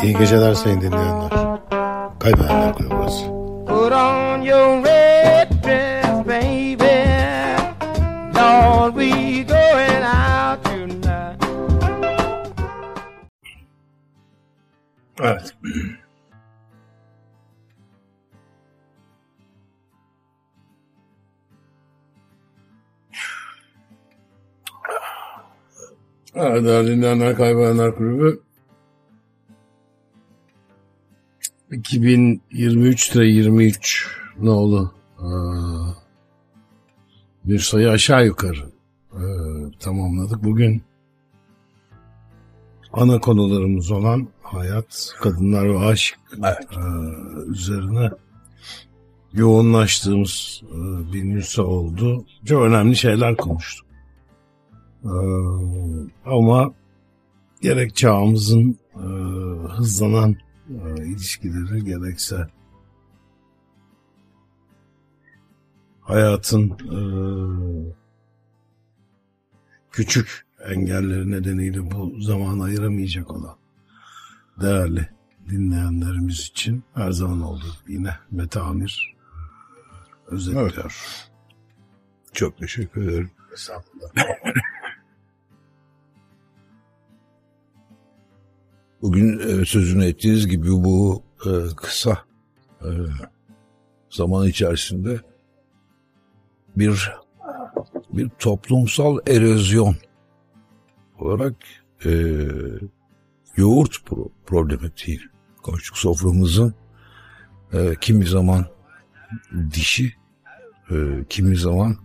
İyi geceler sayın dinleyenler. Kaybedenler Kulübü burası. Put on your red dress, baby. Lord, we going out tonight. Evet. Evet, değerli dinleyenler, Kaybedenler Kulübü 2023 ne oldu? Bir sayı aşağı yukarı tamamladık. Bugün ana konularımız olan hayat, kadınlar ve aşk üzerine yoğunlaştığımız bir nüsa oldu. Çok önemli şeyler konuştuk. Ama gerek çağımızın hızlanan ilişkileri, gerekse hayatın küçük engelleri nedeniyle bu zaman ayıramayacak olan değerli dinleyenlerimiz için her zaman olduğu yine Mete Amir özetliyor. Evet. Çok teşekkür ederim. Bugün sözünü ettiğiniz gibi bu kısa zaman içerisinde bir toplumsal erozyon olarak yoğurt problematiği konuştuk. Soframızın kimi zaman dişi, kimi zaman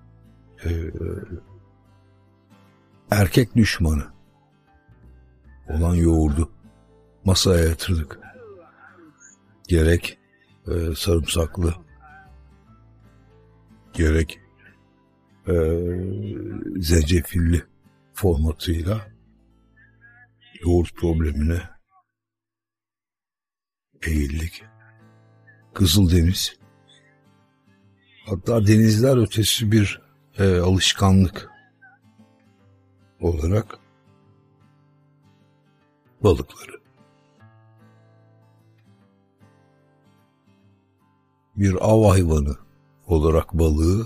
erkek düşmanı olan yoğurdu masaya yatırdık. Gerek sarımsaklı, gerek zencefilli formatıyla yoğurt problemine eğildik. Kızıldeniz, hatta denizler ötesi bir alışkanlık olarak balıkları, bir av hayvanı olarak balığı,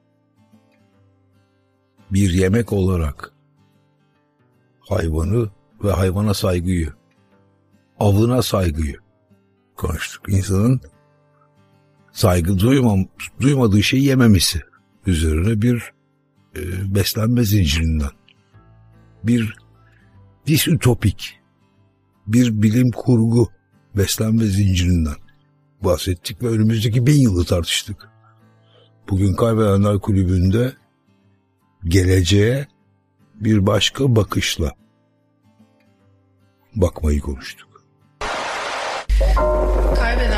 bir yemek olarak hayvanı ve hayvana saygıyı, avına saygıyı konuştuk. İnsanın saygı duymadığı şeyi yememesi üzerine bir beslenme zincirinden, bir disütopik, bir bilim kurgu beslenme zincirinden bahsettik ve önümüzdeki 1000 yılı tartıştık. Bugün Kaybedenler Kulübü'nde geleceğe bir başka bakışla bakmayı konuştuk. Kaybedenler